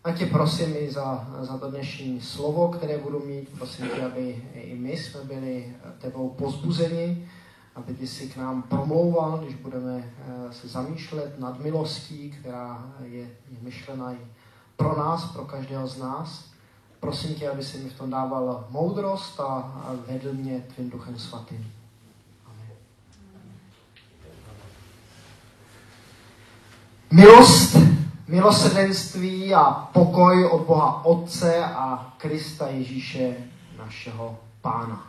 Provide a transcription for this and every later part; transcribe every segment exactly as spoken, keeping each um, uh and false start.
A tě prosím i za, za to dnešní slovo, které budu mít. Prosím tě, aby i my jsme byli tebou pozbuzeni, aby ty si k nám promlouval, když budeme se zamýšlet nad milostí, která je, je myšlena i pro nás, pro každého z nás. Prosím tě, aby si mi v tom dával moudrost a, a vedl mě tvým Duchem Svatým. Amen. Milost, milosrdenství a pokoj od Boha Otce a Krista Ježíše, našeho Pána.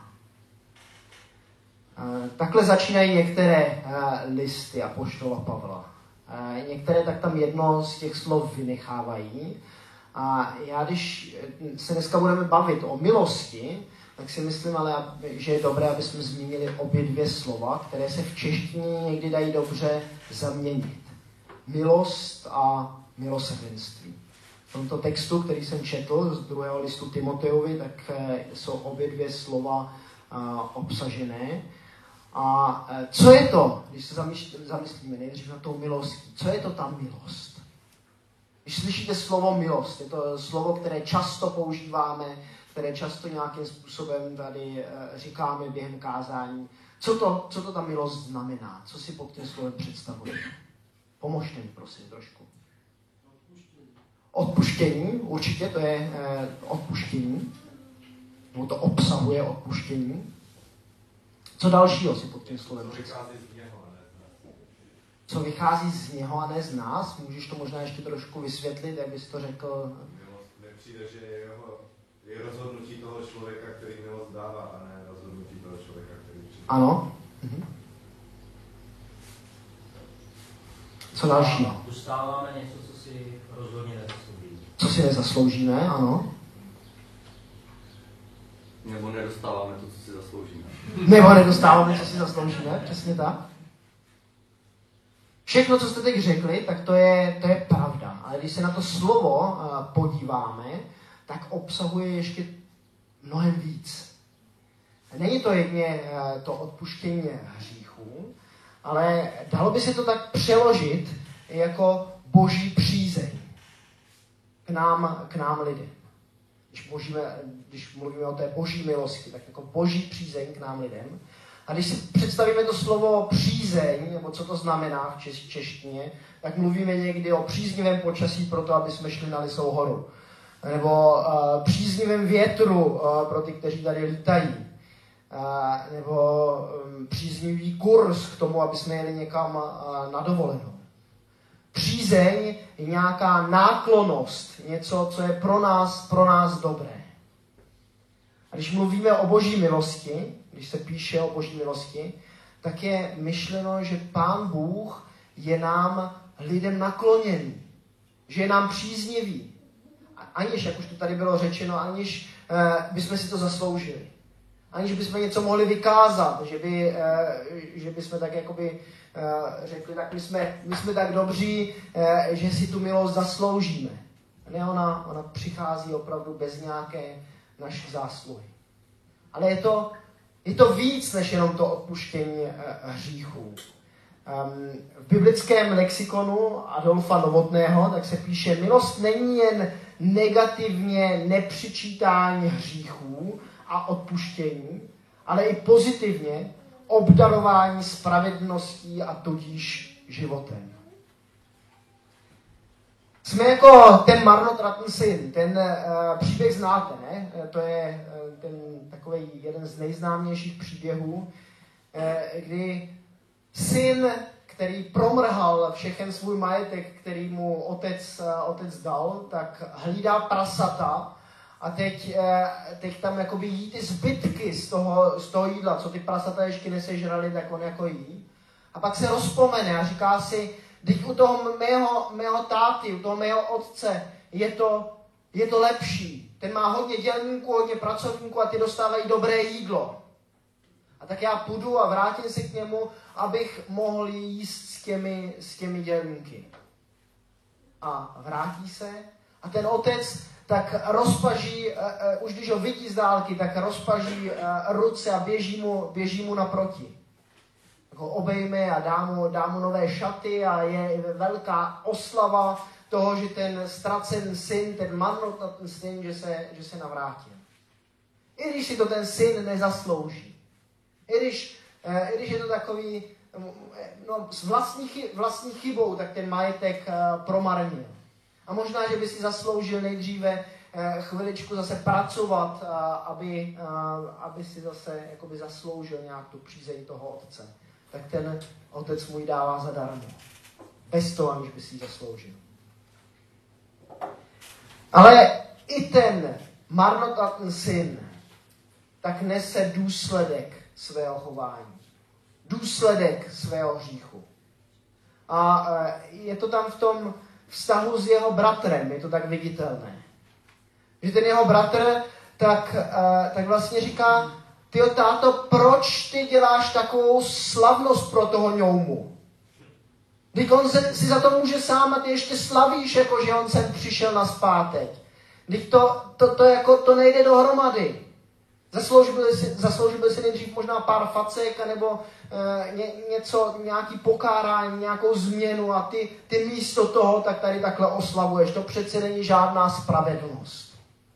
Takhle začínají některé listy apoštola Pavla. Některé tak tam jedno z těch slov vynechávají. A já, když se dneska budeme bavit o milosti, tak si myslím, ale, že je dobré, aby jsme zmínili obě dvě slova, které se v češtině někdy dají dobře zaměnit. Milost a milosrdenství. V tomto textu, který jsem četl z druhého listu Timotejovi, tak jsou obě dvě slova obsažené. A co je to, když se zamyslíme nejdřív na tou milostí, co je to ta milost? Když slyšíte slovo milost, je to slovo, které často používáme, které často nějakým způsobem tady říkáme během kázání. Co to, co to ta milost znamená? Co si pod tím slovem představujete? Pomožte mi, prosím, trošku. Odpuštění. Odpuštění, určitě, to je eh, odpuštění. Nebo to obsahuje odpuštění. Co dalšího si pod tím slovem představujete? Co vychází z něho a ne z nás? Můžeš to možná ještě trošku vysvětlit, jak bys to řekl? Mně přijde, že je, jeho, je rozhodnutí toho člověka, který milost dává, a ne rozhodnutí toho člověka, který přijde. Ano. Mhm. Co další? Dostáváme něco, co si rozhodně nezasloužíme. Co si nezasloužíme, ano. Nebo nedostáváme to, co si zasloužíme. Nebo nedostáváme, co si zasloužíme, přesně tak. Všechno, co jste teď řekli, tak to je, to je pravda. Ale když se na to slovo uh, podíváme, tak obsahuje ještě mnohem víc. Není to jedně uh, to odpuštění hříchů, ale dalo by se to tak přeložit jako boží přízeň k nám, k nám lidem. Když, božíme, když mluvíme o té boží milosti, tak jako boží přízeň k nám lidem. A když si představíme to slovo přízeň, nebo co to znamená v češ- češtině, tak mluvíme někdy o příznivém počasí pro to, aby jsme šli na Lisou horu. Nebo uh, příznivém větru uh, pro ty, kteří tady lítají. Uh, nebo um, příznivý kurz k tomu, aby jsme jeli někam uh, na dovolenou. Přízeň je nějaká náklonnost, něco, co je pro nás, pro nás dobré. A když mluvíme o boží milosti, když se píše o boží milosti, tak je myšleno, že Pán Bůh je nám lidem nakloněný, že je nám příznivý. Aniž, jak už to tady bylo řečeno, aniž eh, bychom si to zasloužili. Aniž bychom něco mohli vykázat, že by, eh, že bychom tak jakoby eh, řekli, tak my jsme, my jsme tak dobří, eh, že si tu milost zasloužíme. Ne, ona, ona přichází opravdu bez nějaké naší zásluhy. Ale je to, je to víc než jenom to odpuštění eh, hříchů. Um, v biblickém lexikonu Adolfa Novotného tak se píše, milost není jen negativně nepřičítání hříchů a odpuštění, ale i pozitivně obdarování spravedlností a tudíž životem. Jsme jako ten marnotratný syn, ten uh, příběh znáte, ne? To je uh, ten takový jeden z nejznámějších příběhů, uh, kdy syn, který promrhal všechen svůj majetek, který mu otec, uh, otec dal, tak hlídá prasata a teď, uh, teď tam jakoby jí ty zbytky z toho, z toho jídla, co ty prasata ještě nesežrali, tak on jako jí. A pak se rozpomene a říká si, teď u toho mého, mého táty, u toho mého otce je to, je to lepší. Ten má hodně dělníků, hodně pracovníků a ty dostávají dobré jídlo. A tak já půjdu a vrátím se k němu, abych mohl jíst s těmi, s těmi dělníky. A vrátí se a ten otec tak rozpaží, uh, uh, už když ho vidí z dálky, tak rozpaží uh, ruce a běží mu, běží mu naproti. Tak ho obejme a dá mu, dá mu nové šaty a je velká oslava toho, že ten ztracen syn, ten marnotratný syn, že se, že se navrátil. I když si to ten syn nezaslouží. I když, i když je to takový, no, s vlastní, vlastní chybou, tak ten majetek promarnil. A možná, že by si zasloužil nejdříve chviličku zase pracovat, aby, aby si zase jakoby zasloužil nějak tu přízeň toho otce. Tak ten otec mu ji dává zadarmo. Bez toho, aniž by si ji zasloužil. Ale i ten marnotratný syn tak nese důsledek svého chování. Důsledek svého hříchu. A je to tam v tom vztahu s jeho bratrem, je to tak viditelné. Že ten jeho bratr tak, tak vlastně říká, tyjo táto, proč ty děláš takovou slavnost pro toho ňoumu? Když on se, si za to může sám a ty ještě slavíš, jako že on sem přišel nazpátek. Když to, to, to, jako, to nejde dohromady. Zasloužil by si, zasloužil by si nejdřív možná pár facek, nebo e, ně, něco, nějaký pokárání, nějakou změnu a ty, ty místo toho tak tady takhle oslavuješ. To přece není žádná spravedlnost.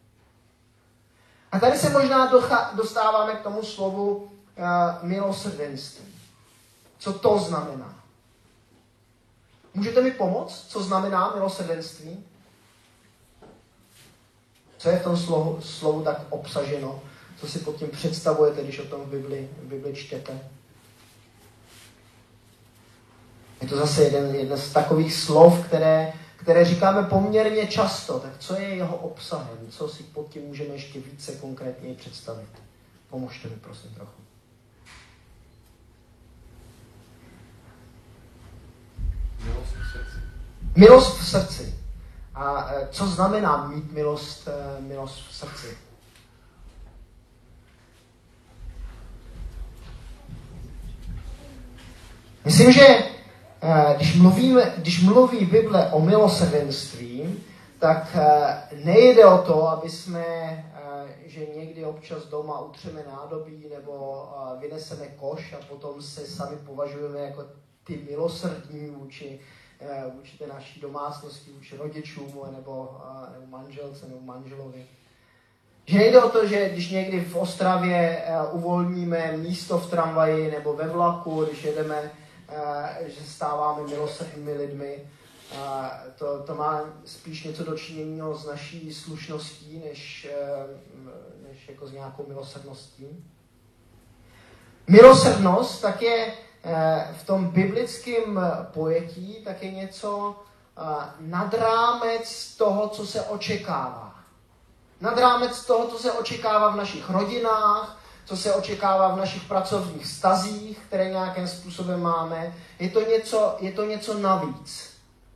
A tady se možná docha, dostáváme k tomu slovu e, milosrdenství. Co to znamená? Můžete mi pomoct, co znamená milosrdenství? Co je v tom slovu, slovu tak obsaženo? Co si pod tím představujete, když o tom v Bibli, v Bibli čtete? Je to zase jeden, jeden z takových slov, které, které říkáme poměrně často. Tak co je jeho obsahem? Co si pod tím můžeme ještě více konkrétně představit? Pomožte mi, prosím, trochu. Milost v srdci. Milost v srdci. A co znamená mít milost, milost v srdci? Myslím, že když, mluvíme, když mluví Bible o milosrdenství, tak nejde o to, aby jsme, že někdy občas doma utřeme nádobí nebo vyneseme koš a potom se sami považujeme jako ty milosrdní vůči, vůči té naší domácnosti, vůči rodičům nebo, nebo manželce nebo manželovi. Že nejde o to, že když někdy v Ostravě uvolníme místo v tramvaji nebo ve vlaku, když jedeme, že stáváme milosrdnými lidmi. To, to má spíš něco dočiněného s naší slušností, než, než jako s nějakou milosrdností. Milosrdnost tak je v tom biblickém pojetí tak je něco nad rámec toho, co se očekává. Nad rámec toho, co se očekává v našich rodinách, co se očekává v našich pracovních vztazích, které nějakým způsobem máme. Je to něco, je to něco navíc.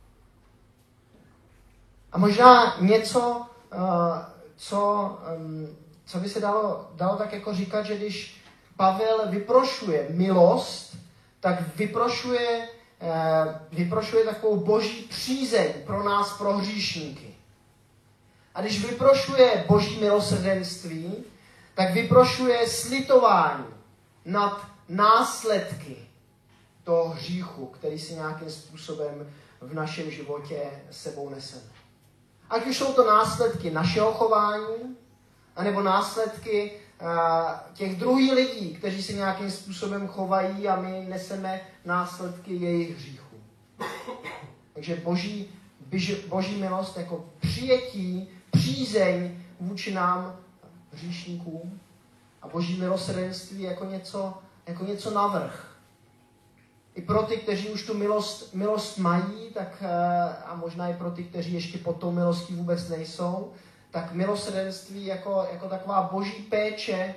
A možná něco, co, co by se dalo, dalo tak jako říkat, že když Pavel vyprošuje milost, tak vyprošuje, vyprošuje takovou boží přízeň pro nás, pro hříšníky. A když vyprošuje boží milosrdenství, tak vyprošuje slitování nad následky toho hříchu, který si nějakým způsobem v našem životě sebou neseme. Ať už jsou to následky našeho chování, anebo následky uh, těch druhých lidí, kteří si nějakým způsobem chovají a my neseme následky jejich hříchu. Takže boží, boží milost jako přijetí, přízeň vůči nám, hříšníkům, a boží milosrdenství jako něco, jako něco navrch. I pro ty, kteří už tu milost, milost mají, tak, a možná i pro ty, kteří ještě pod tou milostí vůbec nejsou, tak milosrdenství jako, jako taková boží péče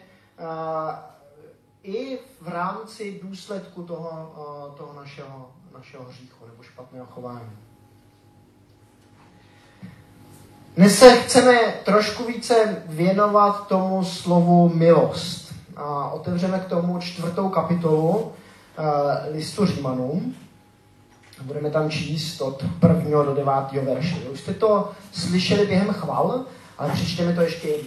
i v rámci důsledku toho, toho našeho, našeho hříchu nebo špatného chování. Dnes se chceme trošku více věnovat tomu slovu milost. A otevřeme k tomu čtvrtou kapitolu uh, listu Římanům. Budeme tam číst od prvního do devátého verše. Už jste to slyšeli během chval, ale přečteme to ještě jednou.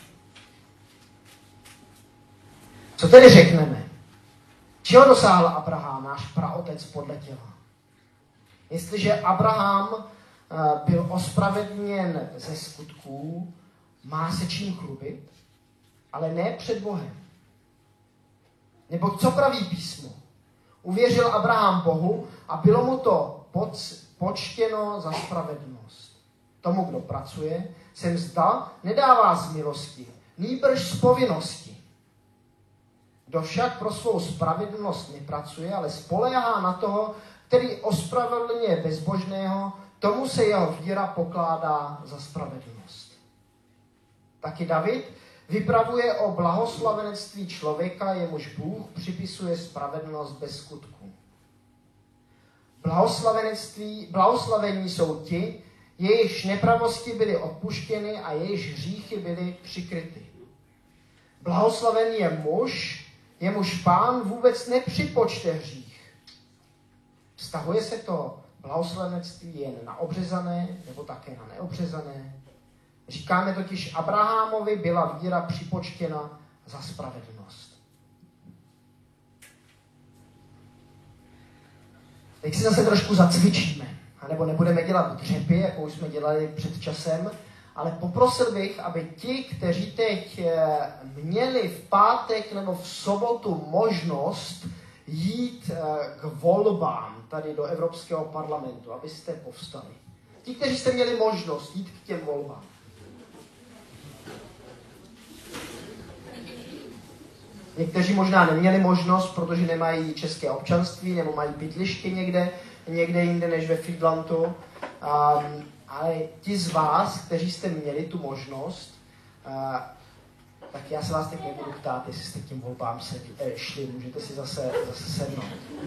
Co tedy řekneme? Čeho dosáhl Abraham, náš praotec podle těla? Jestliže Abraham byl ospravedlněn ze skutků, má se čím chlubit, ale ne před Bohem. Nebo co praví písmo? Uvěřil Abraham Bohu a bylo mu to počtěno za spravedlnost. Tomu, kdo pracuje, se mzda nedává z milosti, nýbrž z povinnosti. Kdo však pro svou spravedlnost nepracuje, ale spoléhá na toho, který ospravedlňuje bezbožného, tomu se jeho víra pokládá za spravedlnost. Taky David vypravuje o blahoslavenství člověka, jemuž Bůh připisuje spravedlnost bez skutku. Blahoslavenství, blahoslavení jsou ti, jejichž nepravosti byly odpuštěny a jejichž hříchy byly přikryty. Blahoslavený je muž, jemuž Pán vůbec nepřipočte hřích. Vztahuje se to blahoslavenství jen na obřezané nebo také na neobřezané? Říkáme totiž, Abrahamovi byla víra připočtěna za spravedlnost. Teď si zase trošku zacvičíme, anebo nebudeme dělat dřepy, jako už jsme dělali před časem, ale poprosil bych, aby ti, kteří teď měli v pátek nebo v sobotu možnost jít k volbám tady do Evropského parlamentu, abyste povstali. Ti, kteří jste měli možnost jít k těm volbám. Někteří možná neměli možnost, protože nemají české občanství nebo mají bydliště někde, někde jinde než ve Friedlandu. Um, ale ti z vás, kteří jste měli tu možnost, uh, tak já se vás teď nebudu ptát, jestli jste k těm volbám sedli, eh, šli, můžete si zase, zase sednout.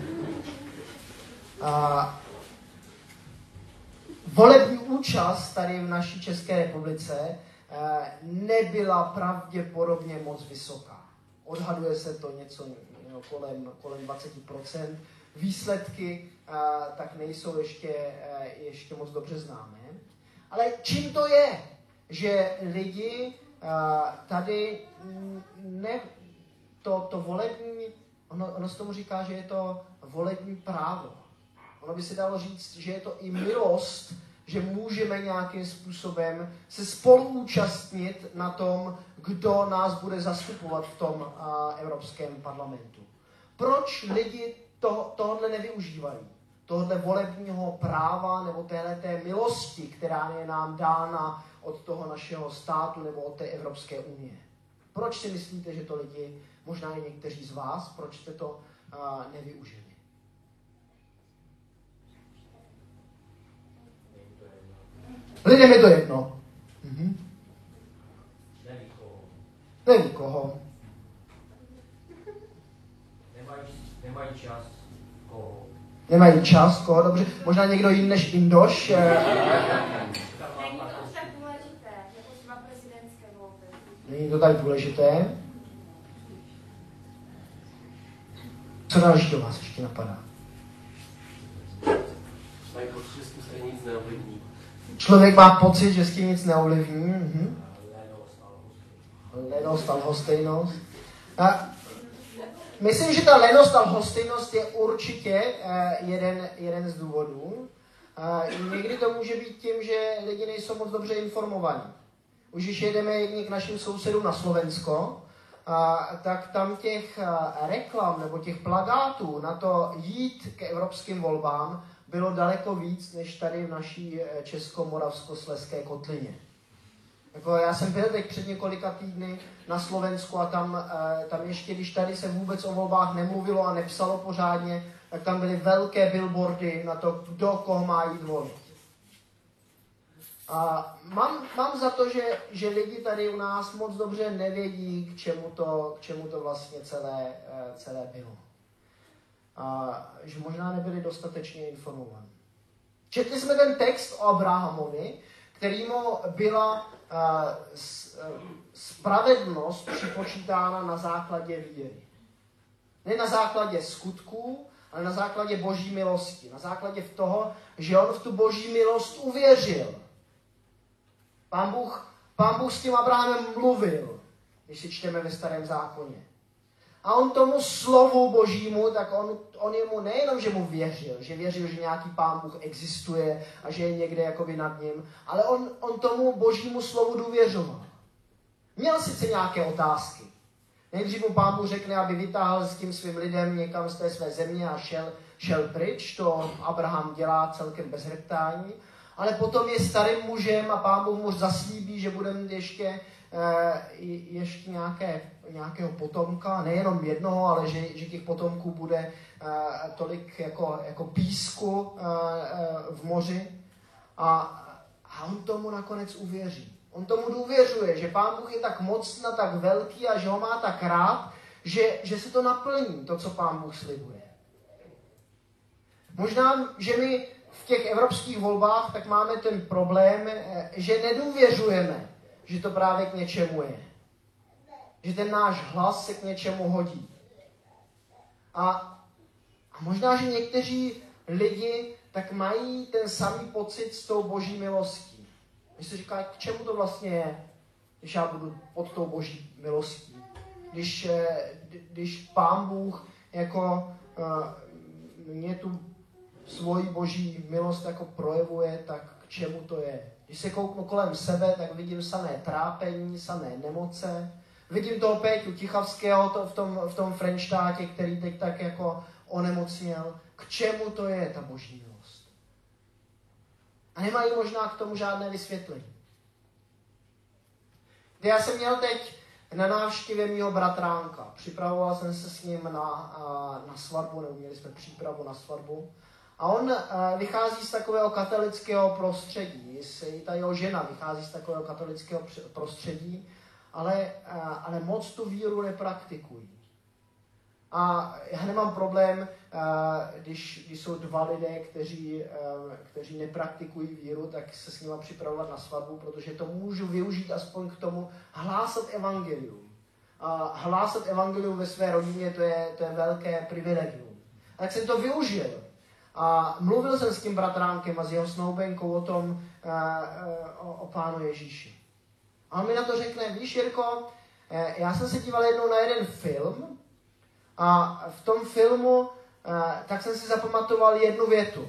Uh, volební účast tady v naší České republice uh, nebyla pravděpodobně moc vysoká. Odhaduje se to něco no, kolem, kolem dvacet procent. Výsledky uh, tak nejsou ještě, uh, ještě moc dobře známé. Ale čím to je, že lidi uh, tady ne, to, to volební, ono, ono se tomu říká, že je to volební právo. Ono by se dalo říct, že je to i milost, že můžeme nějakým způsobem se spoluúčastnit na tom, kdo nás bude zastupovat v tom uh, Evropském parlamentu. Proč lidi to, tohle nevyužívají? Tohle volebního práva nebo téhleté milosti, která je nám dána od toho našeho státu nebo od té Evropské unie. Proč si myslíte, že to lidi, možná i někteří z vás, proč jste to uh, nevyužili? Lidem je to jedno. Mhm. Neví koho. Neví koho. Nemají, nemají čas koho. Nemají čas koho, dobře. Možná někdo jiný než Indoš. Není to tak důležité, jako třeba prezidentské volby. Není to tak důležité. Co další do vás ještě napadá? Mají pocit, že s tím stejně nic neovlivní. Člověk má pocit, že s tím nic neovlivní. Mhm. Lenost a lhostejnost. Lenost a lhostejnost. A myslím, že ta lenost a lhostejnost je určitě uh, jeden, jeden z důvodů. Uh, někdy to může být tím, že lidi nejsou moc dobře informovaní. Už když jedeme jedni k našim sousedům na Slovensko, uh, tak tam těch uh, reklam nebo těch plakátů na to jít k evropským volbám bylo daleko víc, než tady v naší Česko-Moravsko-Slezské kotlině. Jako já jsem byl teď před několika týdny na Slovensku a tam, tam ještě, když tady se vůbec o volbách nemluvilo a nepsalo pořádně, tak tam byly velké billboardy na to, kdo koho má jít volit. A mám, mám za to, že, že lidi tady u nás moc dobře nevědí, k čemu to, k čemu to vlastně celé, celé bylo. A že možná nebyli dostatečně informovaní. Četli jsme ten text o Abrahamovi, kterýmu byla uh, s, uh, spravedlnost připočítána na základě víry. Ne na základě skutků, ale na základě boží milosti. Na základě toho, že on v tu boží milost uvěřil. Pán Bůh, Pán Bůh s tím Abrahamem mluvil, když si čteme ve Starém zákoně. A on tomu slovu Božímu, tak on, on jemu nejenom, že mu věřil, že věřil, že nějaký Pán Bůh existuje a že je někde jakoby nad ním, ale on, on tomu Božímu slovu důvěřoval. Měl sice nějaké otázky. Nejdřív mu Pán Bůh řekne, aby vytáhl s tím svým lidem někam z té své země a šel, šel pryč. To Abraham dělá celkem bez reptání. Ale potom je starým mužem a Pán Bůh mu zaslíbí, že bude mít ještě, eh, ještě nějaké, nějakého potomka. Nejenom jednoho, ale že, že těch potomků bude eh, tolik jako, jako písku eh, eh, v moři. A, a on tomu nakonec uvěří. On tomu důvěřuje, že Pán Bůh je tak mocný, tak velký a že ho má tak rád, že, že se to naplní, to, co Pán Bůh slibuje. Možná, že my v těch evropských volbách tak máme ten problém, že nedůvěřujeme, že to právě k něčemu je. Že ten náš hlas se k něčemu hodí. A, a možná, že někteří lidi tak mají ten samý pocit s tou Boží milostí. Když se říká, k čemu to vlastně je, když já budu pod tou Boží milostí. Když, když Pán Bůh jako mě tu svoji Boží milost jako projevuje, tak k čemu to je. Když se kouknu kolem sebe, tak vidím samé trápení, samé nemoce. Vidím toho Péťu Tichavského to v tom, v tom Frenštátě, který teď tak jako onemocněl. K čemu to je ta Boží milost? A nemají možná k tomu žádné vysvětlení. Já jsem měl teď na návštěvě mýho bratránka. Připravoval jsem se s ním na, na svatbu, nebo měli jsme přípravu na svatbu. A on vychází z takového katolického prostředí. I ta jeho žena vychází z takového katolického prostředí, ale, ale moc tu víru nepraktikují. A já nemám problém, když, když jsou dva lidé, kteří, kteří nepraktikují víru, tak se s nimi připravovat na svatbu, protože to můžu využít aspoň k tomu hlásat evangelium. A hlásat evangelium ve své rodině, to je, to je velké privilegium. A tak jsem to využil. A mluvil jsem s tím bratránkem a s jeho snoubenkou o tom, o, o Pánu Ježíši. A on mi na to řekne, víš, Jirko, já jsem se díval jednou na jeden film, a v tom filmu eh, tak jsem si zapamatoval jednu větu.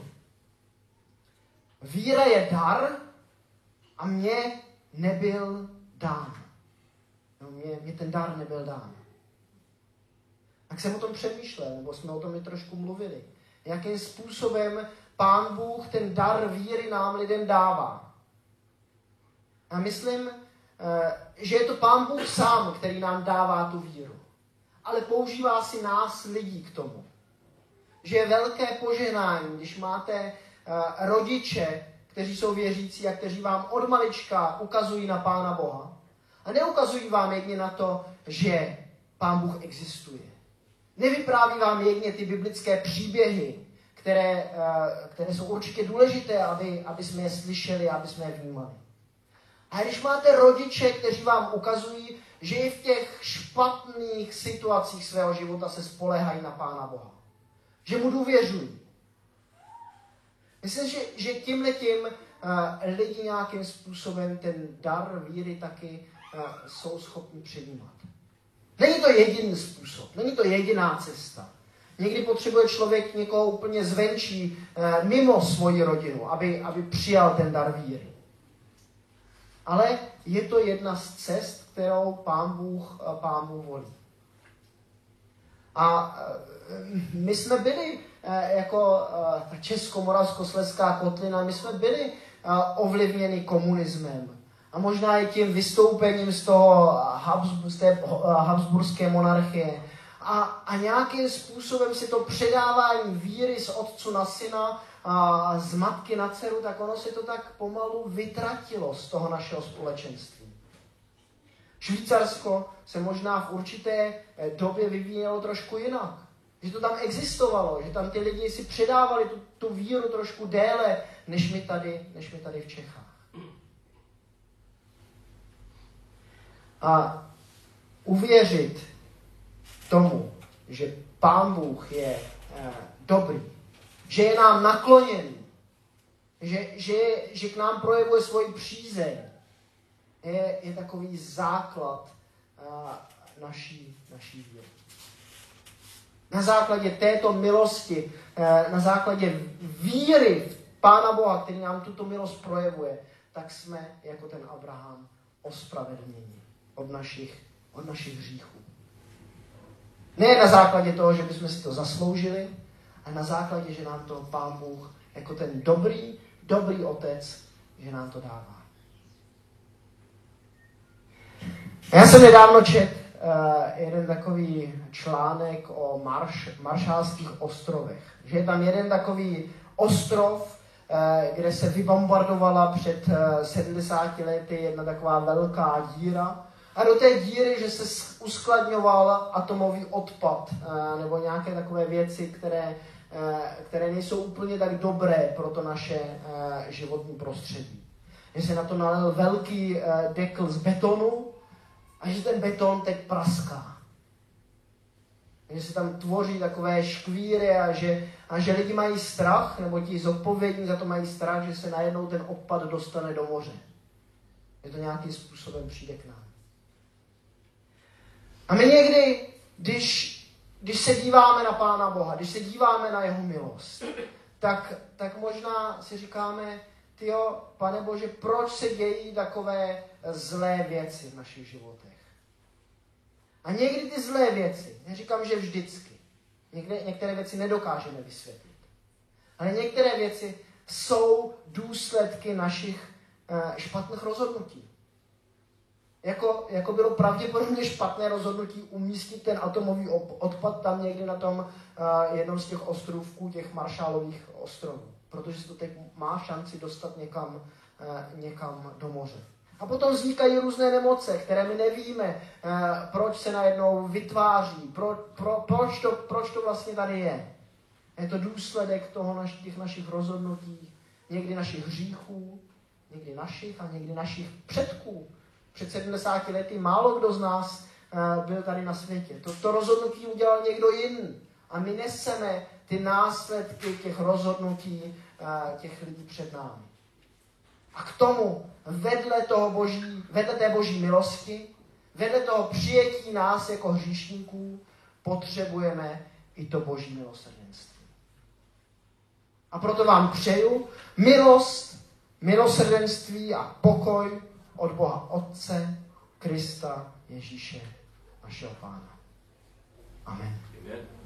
Víra je dar a mně nebyl dán. No, mě, mě ten dar nebyl dán. Tak jsem o tom přemýšlel, nebo jsme o tom i trošku mluvili. Jakým způsobem Pán Bůh ten dar víry nám lidem dává. A myslím, eh, že je to Pán Bůh sám, který nám dává tu víru. Ale používá si nás lidí k tomu. Že je velké požehnání, když máte uh, rodiče, kteří jsou věřící a kteří vám od malička ukazují na Pána Boha. A neukazují vám jedně na to, že Pán Bůh existuje. Nevypráví vám jedně ty biblické příběhy, které, uh, které jsou určitě důležité, aby, aby jsme je slyšeli, aby jsme je vnímali. A když máte rodiče, kteří vám ukazují, že i v těch špatných situacích svého života se spoléhají na Pána Boha. Že mu důvěřují. Myslím, že, že tímhletím uh, lidi nějakým způsobem ten dar víry taky uh, jsou schopni přijímat. Není to jediný způsob, není to jediná cesta. Někdy potřebuje člověk někoho úplně zvenčí, uh, mimo svoji rodinu, aby, aby přijal ten dar víry. Ale je to jedna z cest, kterou Pán Bůh, Pán Bůh volí. A my jsme byli jako ta Česko-Moravskoslezská kotlina, my jsme byli ovlivněni komunismem. A možná i tím vystoupením z, toho, z té habsburské monarchie. A, a nějakým způsobem si to předávání víry z otce na syna a z matky na dceru, tak ono se to tak pomalu vytratilo z toho našeho společenství. Švýcarsko se možná v určité době vyvíjelo trošku jinak. Že to tam existovalo, že tam ty lidi si předávali tu, tu víru trošku déle, než my tady, než my tady v Čechách. A uvěřit tomu, že Pán Bůh je eh, dobrý, že je nám nakloněný, že, že, že k nám projevuje svoji přízeň, je, je takový základ uh, naší, naší víry. Na základě této milosti, na základě víry v Pána Boha, který nám tuto milost projevuje, tak jsme jako ten Abraham ospravedlněni od našich, od našich hříchů. Ne na základě toho, že bychom si to zasloužili, ale na základě, že nám to Pán Bůh jako ten dobrý, dobrý otec, že nám to dává. Já jsem nedávno četl uh, jeden takový článek o Marš, Maršálských ostrovech. Že je tam jeden takový ostrov, uh, kde se vybombardovala před uh, sedmdesáti lety jedna taková velká díra. A do té díry, že se uskladňoval atomový odpad uh, nebo nějaké takové věci, které, uh, které nejsou úplně tak dobré pro to naše uh, životní prostředí. Že se na to nalil velký uh, dekl z betonu, a že ten beton teď praská. Že se tam tvoří takové škvíry a že, a že lidi mají strach, nebo ti zodpovědní za to mají strach, že se najednou ten odpad dostane do moře. Že to nějakým způsobem přijde k nám. A my někdy, když, když se díváme na Pána Boha, když se díváme na jeho milost, tak, tak možná si říkáme, tyjo, Pane Bože, proč se dějí takové zlé věci v našich životech? A někdy ty zlé věci, neříkám, že vždycky, někde, některé věci nedokážeme vysvětlit, ale některé věci jsou důsledky našich uh, špatných rozhodnutí. Jako, jako bylo pravděpodobně špatné rozhodnutí umístit ten atomový odpad tam někdy na tom uh, jednom z těch ostrovků, těch Marshallových ostrovů. Protože se to teď má šanci dostat někam, uh, někam do moře. A potom vznikají různé nemoce, které my nevíme, uh, proč se najednou vytváří, pro, pro, proč, to, proč to vlastně tady je. Je to důsledek toho naš, těch našich rozhodnutí, někdy našich hříchů, někdy našich a někdy našich předků. Před sedmdesáti lety málo kdo z nás uh, byl tady na světě. To, to rozhodnutí udělal někdo jiný. A my neseme ty následky těch rozhodnutí uh, těch lidí před námi. A k tomu vedle, toho boží, vedle té boží milosti, vedle toho přijetí nás jako hříšníků, potřebujeme i to boží milosrdenství. A proto vám přeju milost, milosrdenství a pokoj od Boha Otce, Krista, Ježíše, našeho Pána. Amen. Amen.